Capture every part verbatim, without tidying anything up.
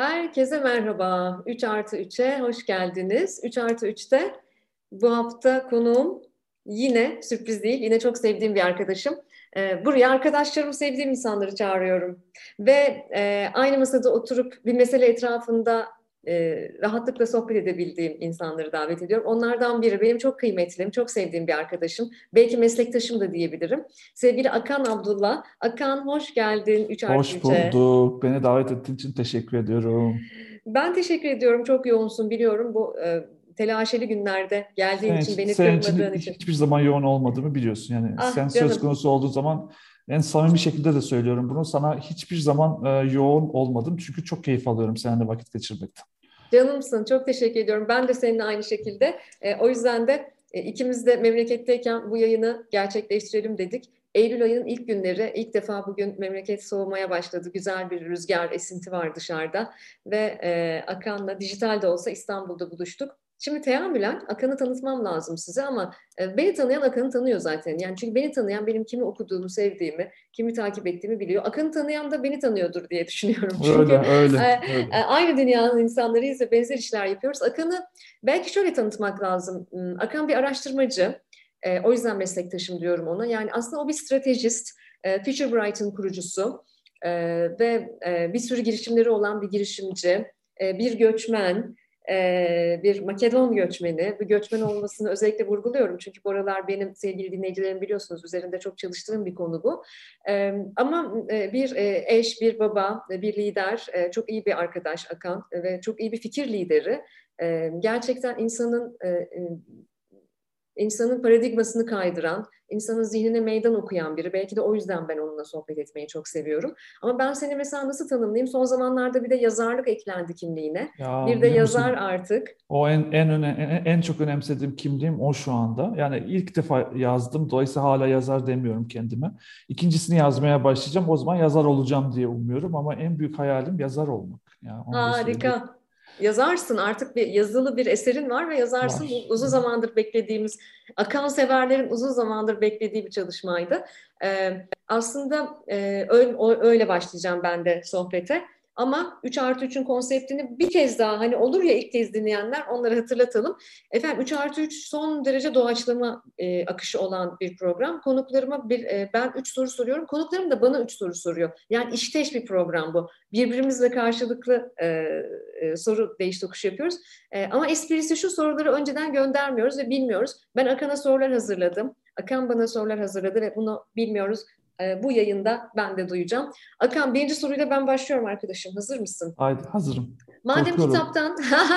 Herkese merhaba. üç artı üçe hoş geldiniz. üç artı üçte bu hafta konuğum yine sürpriz değil, yine çok sevdiğim bir arkadaşım. Ee, buraya arkadaşlarımı, sevdiğim insanları çağırıyorum. Ve e, aynı masada oturup bir mesele etrafında e, rahatlıkla sohbet edebildiğim insanları davet ediyorum. Onlardan biri benim çok kıymetlim, çok sevdiğim bir arkadaşım. Belki meslektaşım da diyebilirim. Sevgili Akan Abdullah. Akan hoş geldin üç artı Hoş üçe. bulduk. Beni davet ettiğin için teşekkür ediyorum. Ben teşekkür ediyorum. Çok yoğunsun biliyorum. Bu e, telaşeli günlerde geldiğin Senin için, için, beni senin kırmadığın için için. hiçbir zaman yoğun olmadığımı biliyorsun. Yani sen Ah söz canım, konusu olduğu zaman en samimi şekilde de söylüyorum bunu. Sana hiçbir zaman e, yoğun olmadım. Çünkü çok keyif alıyorum seninle vakit geçirmekten. canımsın. Çok teşekkür ediyorum. Ben de seninle aynı şekilde. E, o yüzden de e, ikimiz de memleketteyken bu yayını gerçekleştirelim dedik. Eylül ayının ilk günleri, ilk defa bugün memleket soğumaya başladı. Güzel bir rüzgar, esinti var dışarıda. Ve e, Akan'la dijital de olsa İstanbul'da buluştuk. Şimdi teamülen Akan'ı tanıtmam lazım size ama e, beni tanıyan Akan'ı tanıyor zaten. Yani çünkü beni tanıyan benim kimi okuduğumu, sevdiğimi, kimi takip ettiğimi biliyor. Akan'ı tanıyan da beni tanıyordur diye düşünüyorum. Çünkü Öyle, öyle, e, e, öyle. aynı dünyanın insanlarıyız ve benzer işler yapıyoruz. Akan'ı belki şöyle tanıtmak lazım. Hmm, Akan bir araştırmacı. E, o yüzden meslektaşım diyorum ona. Yani aslında o bir stratejist, e, Future Bright'ın kurucusu e, ve e, bir sürü girişimleri olan bir girişimci, e, bir göçmen, e, bir Makedon göçmeni. Bir göçmen olmasını özellikle vurguluyorum. Çünkü bu aralar benim sevgili dinleyicilerim biliyorsunuz üzerinde çok çalıştığım bir konu bu. E, ama e, bir e, eş, bir baba, e, bir lider, e, çok iyi bir arkadaş Akan e, ve çok iyi bir fikir lideri. E, gerçekten insanın e, e, insanın paradigmasını kaydıran, insanın zihnine meydan okuyan biri. Belki de o yüzden ben onunla sohbet etmeyi çok seviyorum. Ama ben seni mesela nasıl tanımlayayım? Son zamanlarda bir de yazarlık eklendi kimliğine. Ya Bir de biliyor yazar musun? artık. O en en öne, en, en çok önemsediğim kimliğim o şu anda. Yani ilk defa yazdım. Dolayısıyla hala yazar demiyorum kendime. İkincisini yazmaya başlayacağım. O zaman yazar olacağım diye umuyorum ama en büyük hayalim yazar olmak. Ya onu da söyleyeyim. Harika. Yazarsın artık bir yazılı bir eserin var ve yazarsın. Bu Var. uzun zamandır beklediğimiz, akan severlerin uzun zamandır beklediği bir çalışmaydı. Ee, aslında e, öyle, öyle başlayacağım ben de sohbete. Ama üç artı üçün konseptini bir kez daha hani olur ya ilk kez dinleyenler onları hatırlatalım. Efendim üç artı üç son derece doğaçlama e, akışı olan bir program. Konuklarıma bir, e, ben üç soru soruyorum. Konuklarım da bana üç soru soruyor. Yani işteş bir program bu. Birbirimizle karşılıklı e, e, soru değiş tokuş yapıyoruz. E, ama esprisi şu soruları önceden göndermiyoruz ve bilmiyoruz. Ben Akan'a sorular hazırladım. Akan bana sorular hazırladı ve bunu bilmiyoruz. E, bu yayında ben de duyacağım. Akan birinci soruyla ben başlıyorum arkadaşım. Hazır mısın? Haydi hazırım. Madem Korkuyorum. kitaptan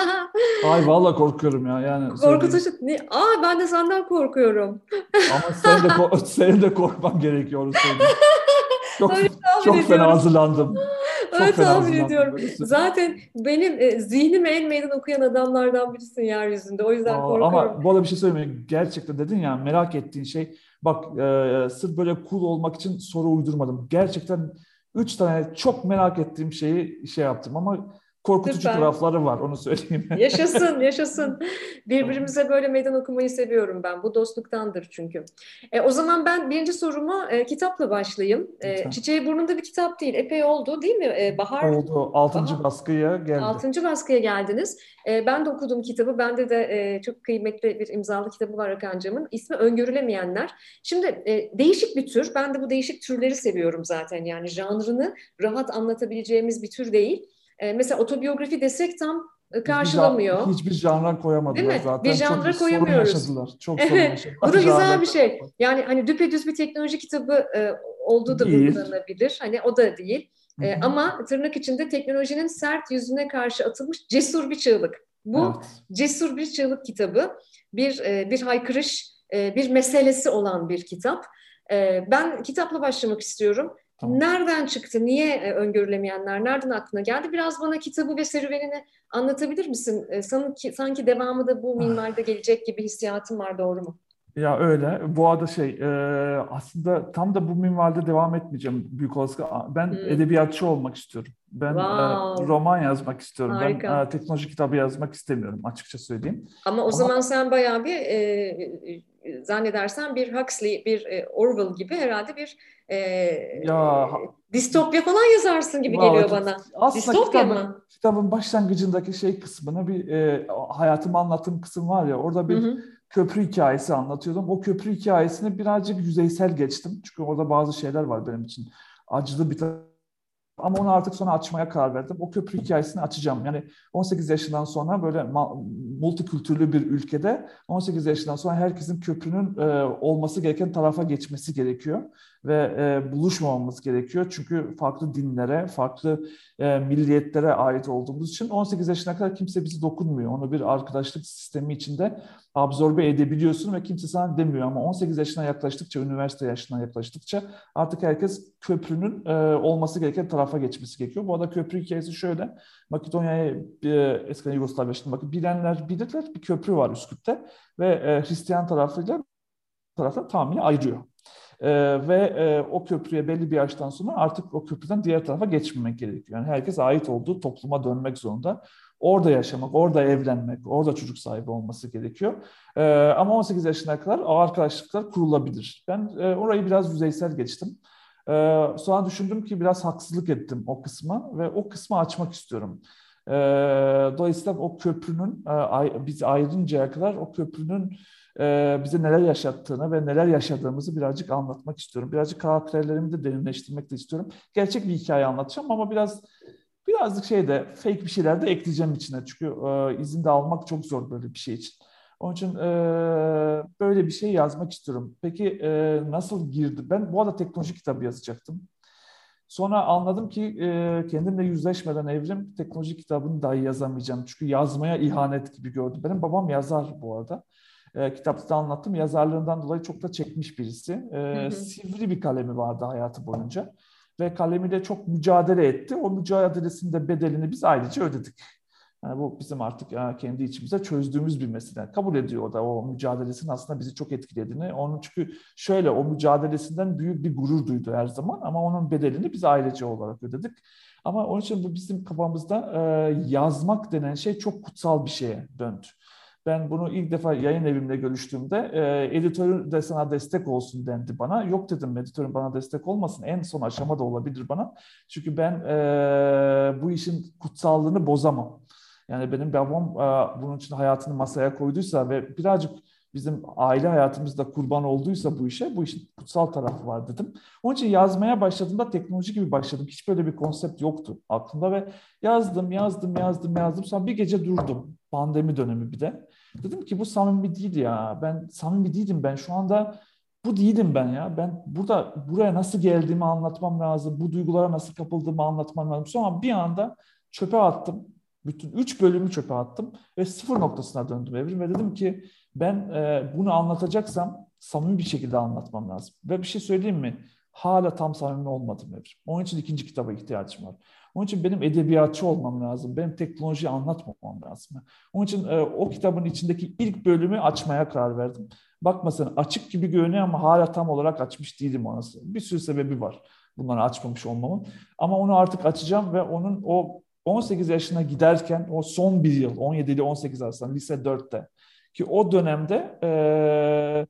Ay vallahi korkuyorum ya. Yani söyleyeyim. korkutucu... Ne? Aa ben de senden korkuyorum. Ama senin de ko- senin de korkman gerekiyor onu söyleyeyim. Çok Öyle tahmin çok fena ediyorum. hazırlandım. Çok Öyle fena tahmin hazırlandım ediyorum. böyle söyleyeyim. Zaten benim e, zihnime en meydan okuyan adamlardan birisin yeryüzünde. O yüzden Aa, korkuyorum. ama bu arada bir şey söyleyeyim. Gerçekten dedin ya merak ettiğin şey. Bak e, sırf böyle cool olmak için soru uydurmadım. Gerçekten üç tane çok merak ettiğim şeyi şey yaptım ama korkutucu Süper. tarafları var onu söyleyeyim. Yaşasın, yaşasın. Tamam. Birbirimize böyle meydan okumayı seviyorum ben. Bu dostluktandır çünkü. E, o zaman ben birinci sorumu e, kitapla başlayayım. E, Lütfen. Çiçeği Burnunda bir kitap değil. Epey oldu değil mi? E, Bahar, Oldu. Altıncı Bahar, baskıya geldi. altıncı baskıya geldiniz. E, ben de okudum kitabı. Bende de e, çok kıymetli bir imzalı kitabı var Akancığımın. İsmi Öngörülemeyenler. Şimdi e, değişik bir tür. Ben de bu değişik türleri seviyorum zaten. Yani janrını rahat anlatabileceğimiz bir tür değil. E, mesela otobiyografi desek tam e, Hiçbir, ja- karşılamıyor. hiçbir janra Değil koyamadılar mi? Bir zaten. Çok janra sorun koyamıyoruz. yaşadılar. Çok sorun Evet, bu yaşadılar da güzel janra bir şey. koymakla. Yani hani düpedüz bir teknoloji kitabı e, olduğu da Değil. vurgulanabilir. Hani o da değil. Hı E, hı. ama tırnak içinde teknolojinin sert yüzüne karşı atılmış cesur bir çığlık. Bu Evet. cesur bir çığlık kitabı. Bir e, bir haykırış, e, bir meselesi olan bir kitap. E, ben kitapla başlamak istiyorum. Tamam. Nereden çıktı? Niye e, öngörülemeyenler? Nereden aklına geldi? Biraz bana kitabı ve serüvenini anlatabilir misin? E, sanki, sanki devamı da bu minvalde gelecek gibi hissiyatım var, doğru mu? Ya öyle. Bu arada şey e, aslında tam da bu minvalde devam etmeyeceğim büyük olasılıkla. Ben Hmm. edebiyatçı olmak istiyorum. Ben e, Wow, roman yazmak istiyorum. Ben harika. e, teknoloji kitabı yazmak istemiyorum açıkça söyleyeyim. Ama o Ama zaman sen bayağı bir e, zannedersem bir Huxley, bir e, Orwell gibi herhalde bir e, Ya distopya falan yazarsın gibi Vallahi geliyor kit- bana. aslında Distopya kitabın mı? kitabın başlangıcındaki şey kısmına bir e, hayatımı anlattığım kısım var ya, orada Hı bir hı. köprü hikayesi anlatıyordum. O köprü hikayesini birazcık yüzeysel geçtim. Çünkü orada bazı şeyler var benim için acılı bir tarafı. Ama onu artık sonra açmaya karar verdim. O köprü hikayesini açacağım. Yani on sekiz yaşından sonra böyle multikültürlü bir ülkede on sekiz yaşından sonra herkesin köprünün e, olması gereken tarafa geçmesi gerekiyor. Ve e, buluşmamamız gerekiyor. Çünkü farklı dinlere, farklı e, milliyetlere ait olduğumuz için on sekiz yaşına kadar kimse bizi dokunmuyor. Onu bir arkadaşlık sistemi içinde absorbe edebiliyorsun ve kimse sana demiyor. Ama on sekiz yaşına yaklaştıkça, üniversite yaşına yaklaştıkça artık herkes köprünün e, olması gereken tarafa geçmesi gerekiyor. Bu arada köprü hikayesi şöyle. Makedonya'ya, e, eskiden Yugoslavya, şimdi bakın bilenler bilirler, bir köprü var Üsküp'te ve e, Hristiyan tarafıyla taraftan tamamıyla ayırıyor. E, ve e, o köprüye belli bir yaştan sonra artık o köprüden diğer tarafa geçmemek gerekiyor. Yani herkes ait olduğu topluma dönmek zorunda. Orada yaşamak, orada evlenmek, orada çocuk sahibi olması gerekiyor. E, ama on sekiz yaşına kadar o arkadaşlıklar kurulabilir. Ben e, orayı biraz yüzeysel geçtim. E, sonra düşündüm ki biraz haksızlık ettim o kısma ve o kısmı açmak istiyorum. E, dolayısıyla o köprünün e, biz ayrıncaya kadar o köprünün e, bize neler yaşattığını ve neler yaşadığımızı birazcık anlatmak istiyorum. Birazcık karakterlerimi de derinleştirmek de istiyorum. Gerçek bir hikaye anlatacağım ama biraz birazcık şey de fake bir şeyler de ekleyeceğim içine. Çünkü e, izin de almak çok zor böyle bir şey için. Onun için e, böyle bir şey yazmak istiyorum. Peki e, nasıl girdi? Ben bu arada teknoloji kitabı yazacaktım. Sonra anladım ki e, kendimle yüzleşmeden Evrim teknoloji kitabını dahi yazamayacağım. Çünkü yazmaya ihanet gibi gördüm. Benim babam yazar bu arada. E, kitapta da anlattım. Yazarlığından dolayı çok da çekmiş birisi. Hı E, hı. sivri bir kalemi vardı hayatı boyunca. Ve kalemiyle çok mücadele etti. O mücadelesinin de bedelini biz ayrıca ödedik. Yani bu bizim artık ya, kendi içimize çözdüğümüz bir mesele. Kabul ediyor o da o mücadelesinin aslında bizi çok etkilediğini. Onun çünkü şöyle o mücadelesinden büyük bir gurur duydu her zaman ama onun bedelini biz ailece olarak ödedik. Ama onun için bu bizim kafamızda e, yazmak denen şey çok kutsal bir şeye döndü. Ben bunu ilk defa yayın evimle görüştüğümde e, editörü de sana destek olsun dendi bana. Yok dedim, editörün bana destek olmasın. En son aşama da olabilir bana. Çünkü ben e, bu işin kutsallığını bozamam. Yani benim babam e, bunun için hayatını masaya koyduysa ve birazcık bizim aile hayatımızda kurban olduysa bu işe, bu işin kutsal tarafı var dedim. Onun için yazmaya başladığımda teknoloji gibi başladım. Hiç böyle bir konsept yoktu aklımda ve yazdım, yazdım, yazdım, yazdım. Sonra bir gece durdum. Pandemi dönemi bir de. Dedim ki bu samimi değil ya. Ben samimi değilim ben. Şu anda bu değilim ben ya. Ben burada buraya nasıl geldiğimi anlatmam lazım. Bu duygulara nasıl kapıldığımı anlatmam lazım. Sonra bir anda çöpe attım. Bütün üç bölümü çöpe attım ve sıfır noktasına döndüm Evrim ve dedim ki ben e, bunu anlatacaksam samimi bir şekilde anlatmam lazım. Ve bir şey söyleyeyim mi? Hala tam samimi olmadım Evrim. Onun için ikinci kitaba ihtiyacım var. Onun için benim edebiyatçı olmam lazım. Benim teknolojiyi anlatmamam lazım. Onun için e, o kitabın içindeki ilk bölümü açmaya karar verdim. Bakma sen, açık gibi görünüyor ama hala tam olarak açmış değilim orası. Bir sürü sebebi var bunları açmamış olmamın. Ama onu artık açacağım ve onun o on sekiz yaşına giderken o son bir yıl, on yedi ile on sekiz arasında lise dörtte ki o dönemde e,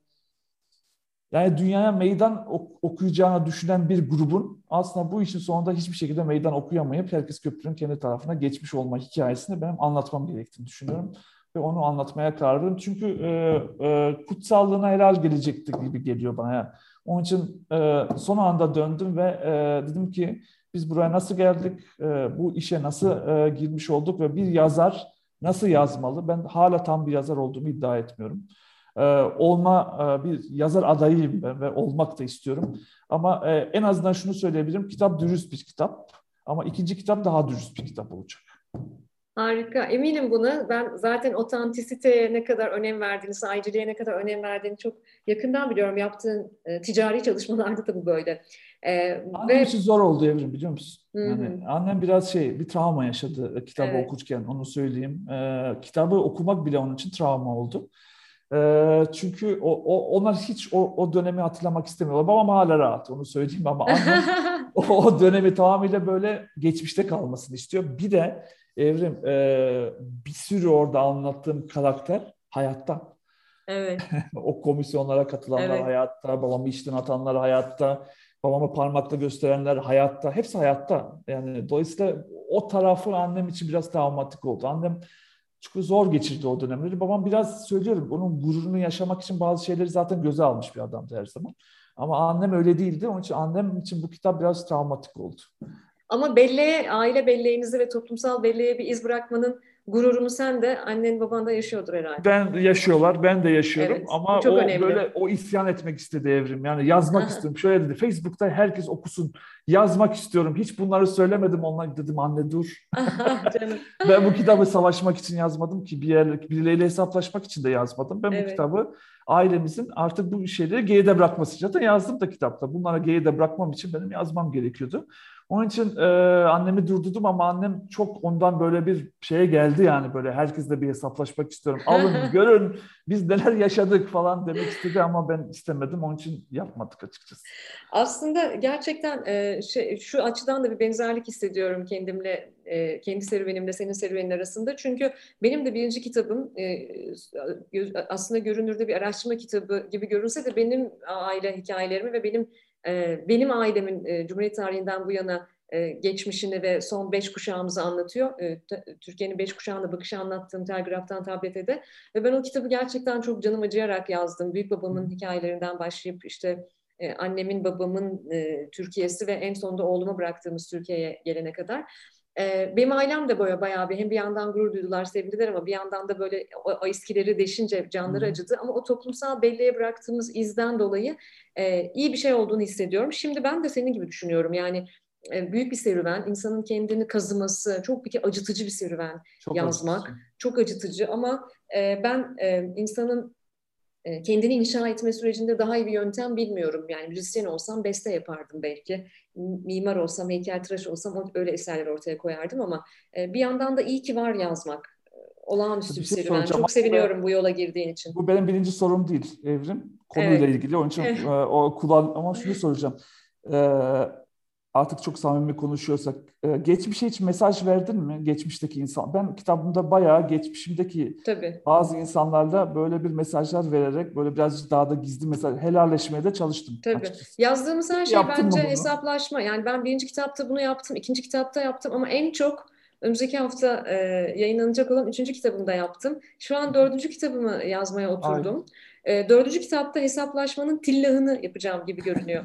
yani dünyaya meydan ok- okuyacağını düşünen bir grubun aslında bu işin sonunda hiçbir şekilde meydan okuyamayıp herkes köprünün kendi tarafına geçmiş olma hikayesini benim anlatmam gerektiğini düşünüyorum. Ve onu anlatmaya karar verdim. Çünkü e, e, kutsallığına helal gelecekti gibi geliyor bana. Yani. Onun için e, son anda döndüm ve e, dedim ki biz buraya nasıl geldik, e, bu işe nasıl e, girmiş olduk ve bir yazar nasıl yazmalı? Ben hala tam bir yazar olduğumu iddia etmiyorum. Ee, olma e, bir yazar adayıyım ben ve olmak da istiyorum. Ama e, en azından şunu söyleyebilirim. Kitap dürüst bir kitap. Ama ikinci kitap daha dürüst bir kitap olacak. Harika. Eminim buna. Ben zaten otantisiteye ne kadar önem verdiğini, sahiciliğe ne kadar önem verdiğini çok yakından biliyorum. Yaptığın e, ticari çalışmalarda da bu böyle. E, Annem için ve zor oldu Evrim, biliyor musun? hı Yani hı, annem biraz şey bir travma yaşadı e, kitabı evet. okurken, onu söyleyeyim. Ee, kitabı okumak bile onun için travma oldu. Ee, çünkü o, o, onlar hiç o, o dönemi hatırlamak istemiyorlar. Babam hala rahat, onu söyleyeyim ama annem o, o dönemi tamamıyla böyle geçmişte kalmasını istiyor. Bir de Evrim e, bir sürü orada anlattığım karakter hayatta. Evet, O komisyonlara katılanlar evet. hayatta, babamı işten atanlar hayatta, babamı parmakla gösterenler hayatta, hepsi hayatta. Yani dolayısıyla o tarafı annem için biraz travmatik oldu. Annem çünkü zor geçirdi o dönemleri. Babam biraz söylüyorum, onun gururunu yaşamak için bazı şeyleri zaten göze almış bir adamdı her zaman. Ama annem öyle değildi. Onun için annem için bu kitap biraz travmatik oldu. Ama belleğe, aile belleğinizi ve toplumsal belleğe bir iz bırakmanın gururunu sen de annen baban da yaşıyordur herhalde. Ben yaşıyorlar, ben de yaşıyorum Evet, bu ama çok o önemli. böyle o isyan etmek istedi Evrim. Yani yazmak istiyorum. Şöyle dedi, Facebook'ta herkes okusun. Yazmak istiyorum. Hiç bunları söylemedim onlara, dedim anne dur. Aha, canım. Ben bu kitabı savaşmak için yazmadım ki, bir yer, birileriyle hesaplaşmak için de yazmadım. Ben bu Evet. kitabı ailemizin artık bu şeyleri geride bırakması için zaten yazdım da kitapta. Bunlara geride bırakmam için benim yazmam gerekiyordu. Onun için e, annemi durdurdum ama annem çok ondan böyle bir şeye geldi, yani böyle herkesle bir hesaplaşmak istiyorum. Alın görün biz neler yaşadık falan demek istedi ama ben istemedim. Onun için yapmadık açıkçası. Aslında gerçekten e, şey, şu açıdan da bir benzerlik hissediyorum kendimle, e, kendi serüvenimle senin serüvenin arasında. Çünkü benim de birinci kitabım e, aslında görünürde bir araştırma kitabı gibi görünse de benim aile hikayelerimi ve benim e, benim ailemin e, Cumhuriyet tarihinden bu yana e, geçmişini ve son beş kuşağımızı anlatıyor. E, Türkiye'nin beş kuşağına bakışı anlattığım Telgraf'tan Tablet'e de. Ve ben o kitabı gerçekten çok canım acıyarak yazdım. Büyük babamın hikayelerinden başlayıp işte e, annemin, babamın e, Türkiye'si ve en sonunda oğluma bıraktığımız Türkiye'ye gelene kadar. E, benim ailem de böyle bayağı bir hem bir yandan gurur duydular, sevindiler ama bir yandan da böyle o, o eskileri deşince Hı canları hı. acıdı. Ama o toplumsal belleğe bıraktığımız izden dolayı e, iyi bir şey olduğunu hissediyorum. Şimdi ben de senin gibi düşünüyorum. Yani e, büyük bir serüven, insanın kendini kazıması, çok bir acıtıcı bir serüven Çok acıtıcı. yazmak, çok acıtıcı ama e, ben e, insanın e, kendini inşa etme sürecinde daha iyi bir yöntem bilmiyorum. Yani müzisyen olsam beste yapardım belki. Mimar olsam, heykeltıraş olsam öyle eserler ortaya koyardım ama e, bir yandan da iyi ki var yazmak. E, Olağanüstü Bir bir şey serüven. soracağım Çok ama bu benim, seviniyorum bu yola girdiğin için. bu benim birinci sorum değil Evrim. Konuyla Evet. ilgili. Onun için e, o kullan ama şunu soracağım. E, Artık çok samimi konuşuyorsak, e, geçmişe hiç mesaj verdin mi? Geçmişteki insan. Ben kitabımda bayağı geçmişimdeki Tabii. bazı insanlarla böyle bir mesajlar vererek böyle birazcık daha da gizli mesaj helalleşmeye de çalıştım Tabii. açıkçası. Yazdığımız her şey Yaptın bence mı bunu? hesaplaşma. Yani ben birinci kitapta bunu yaptım, ikinci kitapta yaptım ama en çok önümüzdeki hafta e, yayınlanacak olan üçüncü kitabımda yaptım. Şu an dördüncü kitabımı yazmaya Ay. oturdum. E, dördüncü kitapta hesaplaşmanın tillahını yapacağım gibi görünüyor.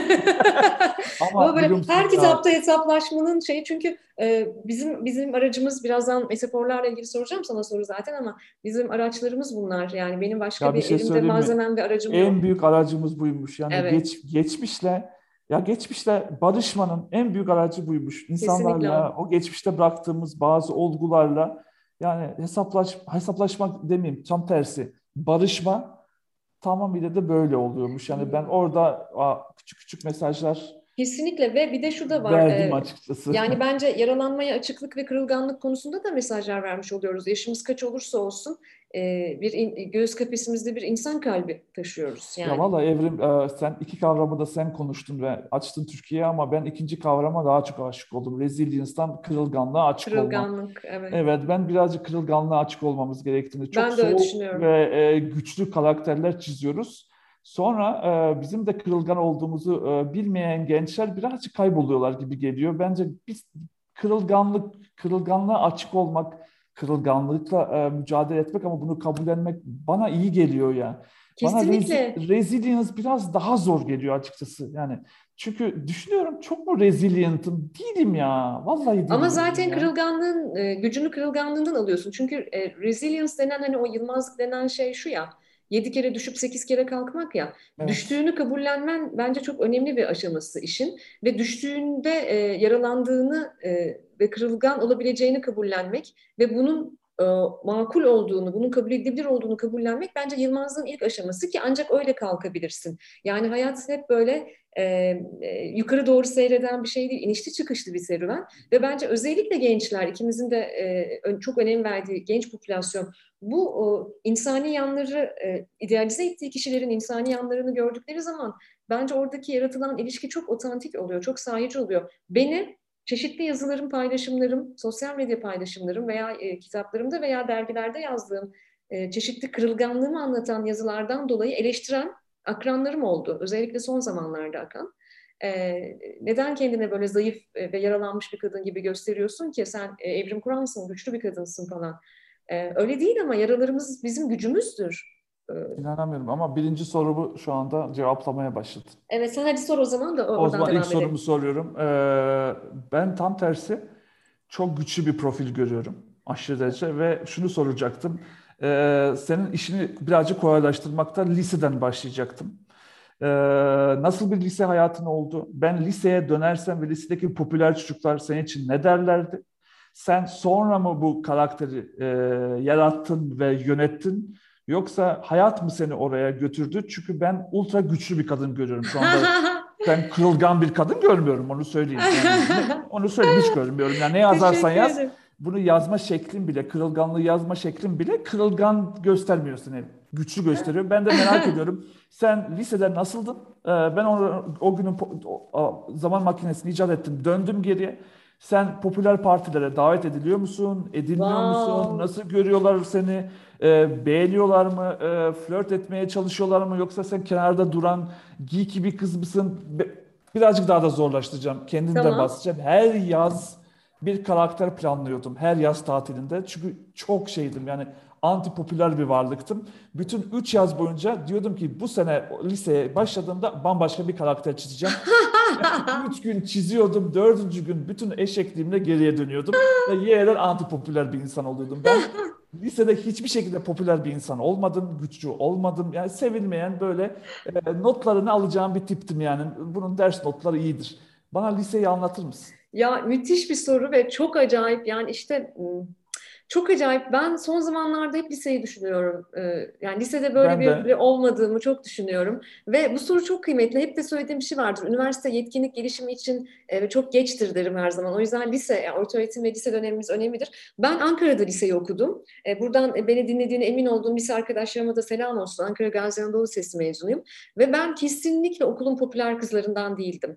Ama Ama böyle biliyor her musun ya, kitapta hesaplaşmanın şeyi çünkü e, bizim bizim aracımız birazdan metaforlarla ilgili soracağım sana soru zaten ama bizim araçlarımız bunlar. Yani benim başka ya bir bir şey elimde söyleyeyim mi? malzemem ve aracım En yok. büyük aracımız buymuş. Yani Evet, geç geçmişle ya geçmişle barışmanın en büyük aracı buymuş. kesinlikle İnsanlarla o. o geçmişte bıraktığımız bazı olgularla yani hesaplaş hesaplaşmak demeyeyim, tam tersi. Barışma tamamıyla da böyle oluyormuş. Yani ben orada a, küçük küçük mesajlar Kesinlikle ve bir de şu da var. verdim e, açıkçası. yani bence yaralanmaya açıklık ve kırılganlık konusunda da mesajlar vermiş oluyoruz. Yaşımız kaç olursa olsun e, bir in- göğüs kafesimizde bir insan kalbi taşıyoruz. Ya Yani valla Evrim, e, sen iki kavramı da sen konuştun ve açtın Türkiye'ye ama ben ikinci kavrama daha çok aşık oldum. Resilience'dan kırılganlığa açık olma. kırılganlık, evet. Evet, ben birazcık kırılganlığa açık olmamız gerektiğini, çok Ben de öyle soğuk ve düşünüyorum. e, güçlü karakterler çiziyoruz. Sonra e, bizim de kırılgan olduğumuzu e, bilmeyen gençler birazcık kayboluyorlar gibi geliyor. Bence biz kırılganlık, kırılganlığa açık olmak, kırılganlıkla e, mücadele etmek ama bunu kabullenmek bana iyi geliyor ya. Bana rezi, Kesinlikle. resilience biraz daha zor geliyor açıkçası. Yani çünkü düşünüyorum, çok mu resilient'ım? Değilim ya. Vallahi Ama değilim Evrim zaten ya. kırılganlığın e, gücünü kırılganlığından alıyorsun. Çünkü e, resilience denen hani o yılmazlık denen şey şu ya. Yedi kere düşüp sekiz kere kalkmak ya. Evet. Düştüğünü kabullenmen bence çok önemli bir aşaması işin. Ve düştüğünde e, yaralandığını e, ve kırılgan olabileceğini kabullenmek ve bunun e, makul olduğunu, bunun kabul edilebilir olduğunu kabullenmek bence yılmazlığın ilk aşaması ki ancak öyle kalkabilirsin. Yani hayat hep böyle e, e, yukarı doğru seyreden bir şey değil, inişli çıkışlı bir serüven. Ve bence özellikle gençler, ikimizin de e, çok önem verdiği genç popülasyon, bu o, insani yanları, e, idealize ettiği kişilerin insani yanlarını gördükleri zaman bence oradaki yaratılan ilişki çok otantik oluyor, çok sahici oluyor. Beni çeşitli yazılarım, paylaşımlarım, sosyal medya paylaşımlarım veya e, kitaplarımda veya dergilerde yazdığım e, çeşitli kırılganlığımı anlatan yazılardan dolayı eleştiren akranlarım oldu. Özellikle son zamanlarda Akan. E, neden kendine böyle zayıf ve yaralanmış bir kadın gibi gösteriyorsun ki? Sen e, Evrim Kur'ansın, güçlü bir kadınsın falan. E, öyle değil ama yaralarımız bizim gücümüzdür. E, İnanamıyorum ama birinci sorumu şu anda cevaplamaya başladım. evet, sen hadi sor o zaman da O oradan zaman ilk devam sorumu edelim. soruyorum. Ee, ben tam tersi çok güçlü bir profil görüyorum aşırı derece ve şunu soracaktım. Ee, senin işini birazcık kolaylaştırmakta liseden başlayacaktım. Ee, nasıl bir lise hayatın oldu? Ben liseye dönersem ve lisedeki popüler çocuklar senin için ne derlerdi? Sen sonra mı bu karakteri e, yarattın ve yönettin? Yoksa hayat mı seni oraya götürdü? Çünkü ben ultra güçlü bir kadın görüyorum şu anda. Ben kırılgan bir kadın görmüyorum, onu söyleyeyim. Yani ne, onu söyleyeyim, hiç görmüyorum. Yani ne yazarsan Teşekkür yaz, ederim. bunu yazma şeklin bile, kırılganlığı yazma şeklin bile kırılgan göstermiyor seni. Güçlü gösteriyor. Ben de merak ediyorum. Sen lisede nasıldın? Ee, ben onu, o günün po- o- zaman makinesini icat ettim. Döndüm geriye. Sen popüler partilere davet ediliyor musun? Edilmiyor musun? Wow. Nasıl görüyorlar seni? Ee, beğeniyorlar mı? Ee, flört etmeye çalışıyorlar mı? Yoksa sen kenarda duran geek bir kız mısın? Be- Birazcık daha da zorlaştıracağım. Kendimden Tamam. bahsedeceğim. Her yaz bir karakter planlıyordum. Her yaz tatilinde. Çünkü çok şeydim. Yani anti popüler bir varlıktım. Bütün üç yaz boyunca diyordum ki bu sene liseye başladığımda bambaşka bir karakter çizeceğim. Üç gün çiziyordum. Dördüncü gün bütün eşekliğimle geriye dönüyordum. Ve yeniden anti popüler bir insan oluyordum. Ben lisede hiçbir şekilde popüler bir insan olmadım. Güçlü olmadım. Yani sevilmeyen böyle e, notlarını alacağım bir tiptim yani. Bunun ders notları iyidir. Bana liseyi anlatır mısın? Ya müthiş bir soru ve çok acayip yani işte m, çok acayip. Ben son zamanlarda hep liseyi düşünüyorum. Ee, Yani lisede böyle Ben bir, bir de. olmadığımı çok düşünüyorum. Ve bu soru çok kıymetli. Hep de söylediğim bir şey vardır. Üniversite yetkinlik gelişimi için e, çok geçtir derim her zaman. O yüzden lise, yani orta öğretim ve lise dönemimiz önemlidir. Ben Ankara'da liseyi okudum. E, Buradan e, beni dinlediğine emin olduğum lise arkadaşlarıma da selam olsun. Ankara Gazi Anadolu Lisesi mezunuyum. Ve ben kesinlikle okulun popüler kızlarından değildim.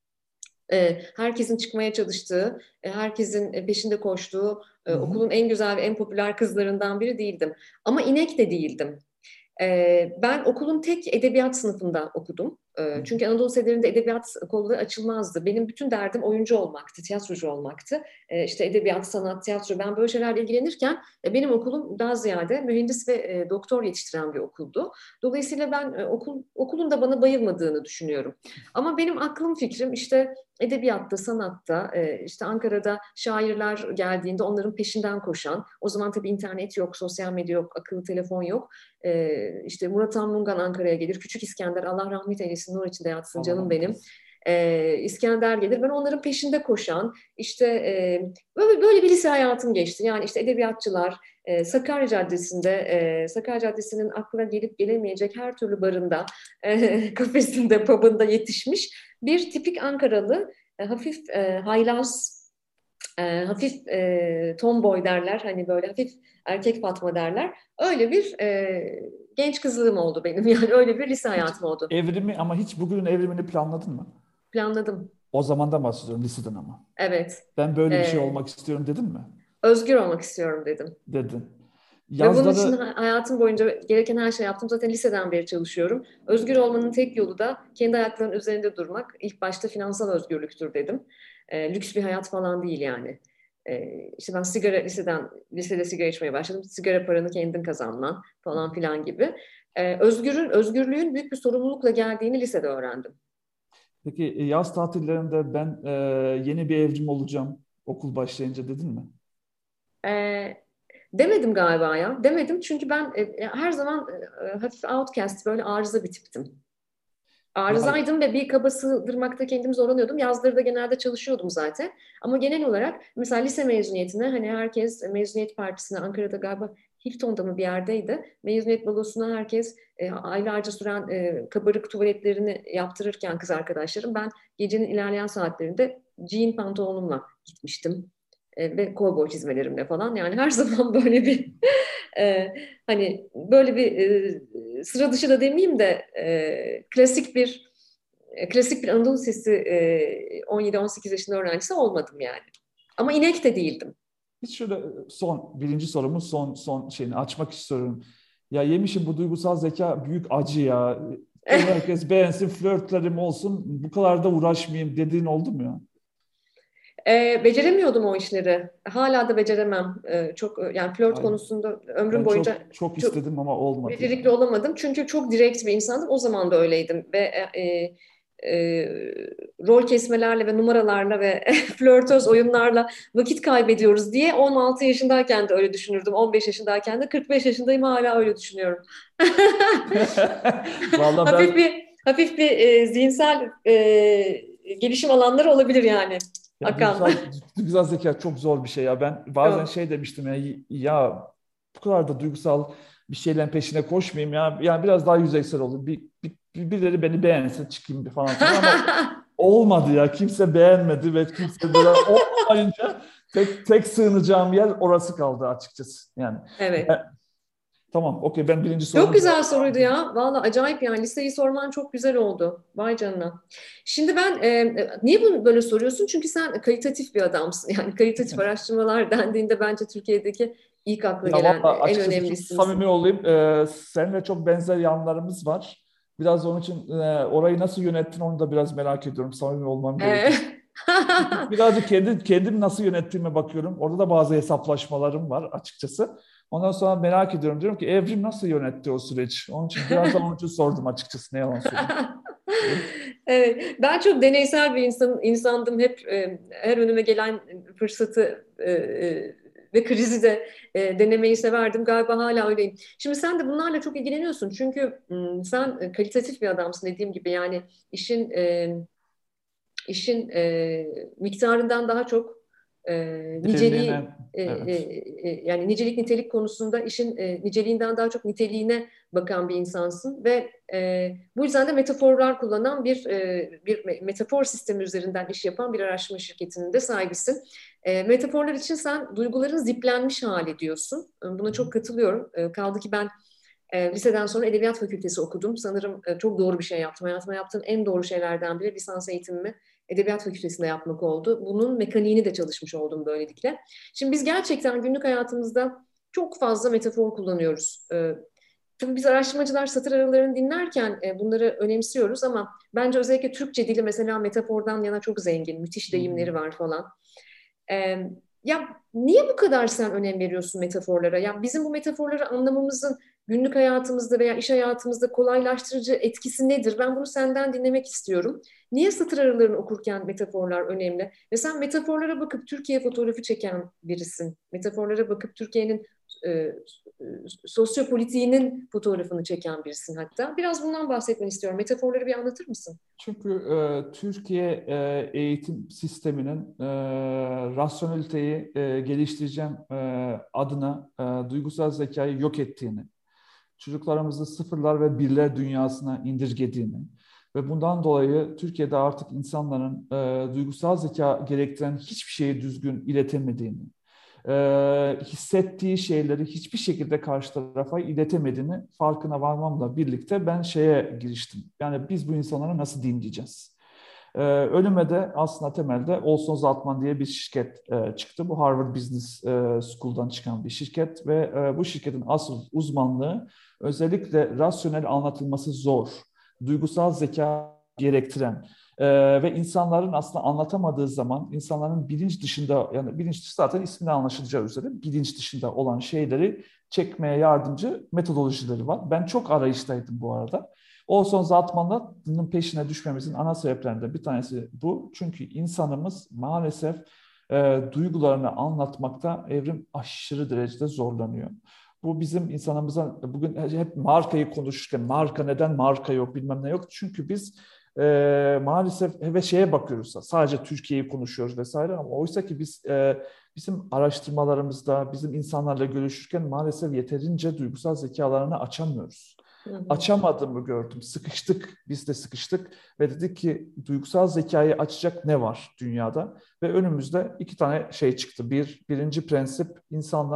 E, herkesin çıkmaya çalıştığı, e, herkesin e, peşinde koştuğu, e, Hı hı. okulun en güzel ve en popüler kızlarından biri değildim. Ama inek de değildim. Ee, ben okulun tek edebiyat sınıfında okudum. Hı Ee, hı. çünkü Anadolu Liselerinde edebiyat kolları açılmazdı. Benim bütün derdim oyuncu olmaktı, tiyatrocu olmaktı. Ee, işte edebiyat, sanat, tiyatro. Ben böyle şeylerle ilgilenirken e, benim okulum daha ziyade mühendis ve e, doktor yetiştiren bir okuldu. Dolayısıyla ben e, okul okulun da bana bayılmadığını düşünüyorum. Ama benim aklım fikrim işte edebiyatta, sanatta, e, işte Ankara'da şairler geldiğinde onların peşinden koşan, o zaman tabii internet yok, sosyal medya yok, akıllı telefon yok. Ee, işte Murat Han Mungan Ankara'ya gelir. Küçük İskender Allah rahmet eylesin, nur içinde yatsın Allah canım rahmet benim. eylesin. Ee, İskender gelir. Ben onların peşinde koşan işte e, böyle, böyle bir lise hayatım geçti. Yani işte edebiyatçılar e, Sakarya Caddesi'nde e, Sakarya Caddesi'nin aklına gelip gelemeyecek her türlü barında, e, kafesinde, pub'ında yetişmiş bir tipik Ankaralı e, hafif e, haylaz e, hafif e, tomboy derler. Hani böyle hafif erkek Fatma derler. Öyle bir e, genç kızlığım oldu benim. Yani öyle bir lise Hiç hayatım oldu. evrimi ama hiç bugünün evrimini planladın mı? Planladım. O zamandan bahsediyorum, liseden ama. Evet. Ben böyle bir şey E, olmak istiyorum dedin mi? Özgür olmak istiyorum dedim. Dedin. Ve bunun için Yazları. hayatım boyunca gereken her şeyi yaptım. Zaten liseden beri çalışıyorum. Özgür olmanın tek yolu da kendi ayaklarının üzerinde durmak. İlk başta finansal özgürlüktür dedim. E, lüks bir hayat falan değil yani. E, işte ben sigara liseden lisede sigara içmeye başladım. Sigara paranı kendin kazanman falan filan gibi. E, özgürün özgürlüğün büyük bir sorumlulukla geldiğini lisede öğrendim. Peki e, yaz tatillerinde ben e, yeni bir evrim olacağım okul başlayınca dedin mi? E, Demedim galiba ya. Demedim çünkü ben e, her zaman e, hafif outcast böyle arıza bir tiptim. Ya Arızaydım ve bir kaba sığdırmakta kendimi zorlanıyordum. Yazları da genelde çalışıyordum zaten. Ama genel olarak mesela lise mezuniyetine hani herkes mezuniyet partisine Ankara'da galiba Hilton'da mı bir yerdeydi. Mezuniyet balosuna herkes e, aylarca süren e, kabarık tuvaletlerini yaptırırken kız arkadaşlarım ben gecenin ilerleyen saatlerinde jean pantolonumla gitmiştim. E, ve kovboy çizmelerimle falan. Yani her zaman böyle bir e, hani böyle bir e, sıra dışı da demeyeyim de e, klasik bir e, klasik bir Anadolu Lisesi e, on yedi on sekiz yaşında öğrencisi olmadım yani. Ama inek de değildim. Hiç şöyle son, birinci sorumun son son şeyini açmak istiyorum. Ya Yemişim, bu duygusal zeka büyük acı ya. Herkes beğensin, flörtlerim olsun, bu kadar da uğraşmayayım dediğin oldu mu ya? E, beceremiyordum o işleri. Hala da beceremem. E, çok yani flört Ay, konusunda ömrüm ben boyunca çok çok çok istedim ama olmadı becerikli ya. olamadım. Çünkü çok direkt bir insandım. O zaman da öyleydim. Ve e, e, rol kesmelerle ve numaralarla ve flörtöz oyunlarla vakit kaybediyoruz diye on altı yaşındayken de öyle düşünürdüm. on beş yaşındayken de kırk beş yaşındayım, hala öyle düşünüyorum. Vallahi Hafif ben, bir hafif bir e, zihinsel e, gelişim alanları olabilir yani. ya Akan. duygusal duygusal zeka çok zor bir şey ya. Ben bazen Çok. şey demiştim ya, ya bu kadar da duygusal bir şeylerin peşine koşmayayım ya. Yani biraz daha yüzeysel olur. Bir, bir, bir- birileri beni beğensin çıkayım bir falan filan ama olmadı ya. Kimse beğenmedi ve kimse böyle olmayınca tek tek sığınacağım yer orası kaldı açıkçası. Yani Evet. ben, tamam, okey, ben birinci Çok sorumun güzel cevabını soruydu aldım. ya. Valla acayip yani. Listeyi sorman çok güzel oldu. Vay canına. Şimdi ben e, niye bunu böyle soruyorsun? Çünkü sen kalitatif bir adamsın. Yani kalitatif araştırmalar dendiğinde bence Türkiye'deki ilk akla Ya gelen valla en açıkçası önemli çok isimsin. samimi olayım. Ee, seninle çok benzer yanlarımız var. Biraz onun için e, orayı nasıl yönettin onu da biraz merak ediyorum. Samimi olmam gerekir. E, Çünkü birazcık kendi, kendim nasıl yönettiğime bakıyorum. Orada da bazı hesaplaşmalarım var açıkçası. Ondan sonra merak ediyorum. Diyorum ki Evrim nasıl yönetti o süreç? Onun için biraz da onun için sordum açıkçası. Ne yalan söyleyeyim. Evet, ben çok deneysel bir insan, insandım. Hep e, her önüme gelen fırsatı e, e, ve krizi de e, denemeyi severdim. Galiba hala öyleyim. Şimdi sen de bunlarla çok ilgileniyorsun. Çünkü m, sen e, kalitatif bir adamsın dediğim gibi. Yani işin e, işin e, miktarından daha çok e, niceliği Derinliğine, e, e, evet. e, yani nicelik nitelik konusunda işin e, niceliğinden daha çok niteliğine bakan bir insansın ve e, bu yüzden de metaforlar kullanan bir e, bir metafor sistemi üzerinden iş yapan bir araştırma şirketinin de sahibisin. E, metaforlar için sen duyguların ziplenmiş hali diyorsun. Buna çok katılıyorum. E, kaldı ki ben e, liseden sonra Edebiyat Fakültesi okudum. Sanırım e, çok doğru bir şey yaptım. Hayatımda yaptığım en doğru şeylerden biri lisans eğitimimi Edebiyat Fakültesi'nde yapmak oldu. Bunun mekaniğini de çalışmış oldum böylelikle. Şimdi biz gerçekten günlük hayatımızda çok fazla metafor kullanıyoruz. E, tabii biz araştırmacılar satır aralarını dinlerken e, bunları önemsiyoruz ama bence özellikle Türkçe dili mesela metafordan yana çok zengin. Müthiş Hı hı. deyimleri var falan. E, ya niye bu kadar sen önem veriyorsun metaforlara? Ya bizim bu metaforları anlamamızın günlük hayatımızda veya iş hayatımızda kolaylaştırıcı etkisi nedir? Ben bunu senden dinlemek istiyorum. Niye satır aralarını okurken metaforlar önemli? Ve sen metaforlara bakıp Türkiye fotoğrafı çeken birisin. Metaforlara bakıp Türkiye'nin e, e, sosyopolitiğinin fotoğrafını çeken birisin hatta. Biraz bundan bahsetmeni istiyorum. Metaforları bir anlatır mısın? Çünkü e, Türkiye e, eğitim sisteminin e, rasyoneliteyi e, geliştireceğim e, adına e, duygusal zekayı yok ettiğini, çocuklarımızı sıfırlar ve birler dünyasına indirgediğini ve bundan dolayı Türkiye'de artık insanların e, duygusal zeka gerektiren hiçbir şeyi düzgün iletemediğini, e, hissettiği şeyleri hiçbir şekilde karşı tarafa iletemediğini farkına varmamla birlikte ben şeye giriştim. Yani biz bu insanlara nasıl dinleyeceğiz? Ee, önüme de aslında temelde Olson Zaltman diye bir şirket e, çıktı. Bu Harvard Business e, School'dan çıkan bir şirket ve e, bu şirketin asıl uzmanlığı özellikle rasyonel anlatılması zor, duygusal zeka gerektiren e, ve insanların aslında anlatamadığı zaman insanların bilinç dışında, yani bilinç dışı zaten isminde anlaşılacağı üzere bilinç dışında olan şeyleri çekmeye yardımcı metodolojileri var. Ben çok arayıştaydım bu arada. Olson Zaatman'ın peşine düşmemizin ana sebeplerinden bir tanesi bu. Çünkü insanımız maalesef e, duygularını anlatmakta Evrim aşırı derecede zorlanıyor. Bu bizim insanımıza bugün hep markayı konuşurken marka neden marka yok bilmem ne yok. Çünkü biz e, maalesef ve şeye bakıyoruz, sadece Türkiye'yi konuşuyoruz vesaire ama oysa ki biz e, bizim araştırmalarımızda bizim insanlarla görüşürken maalesef yeterince duygusal zekalarını açamıyoruz. Hı hı. Açamadığımı gördüm. Sıkıştık, biz de sıkıştık ve dedik ki duygusal zekayı açacak ne var dünyada? Ve önümüzde iki tane şey çıktı. Bir, birinci prensip insanlar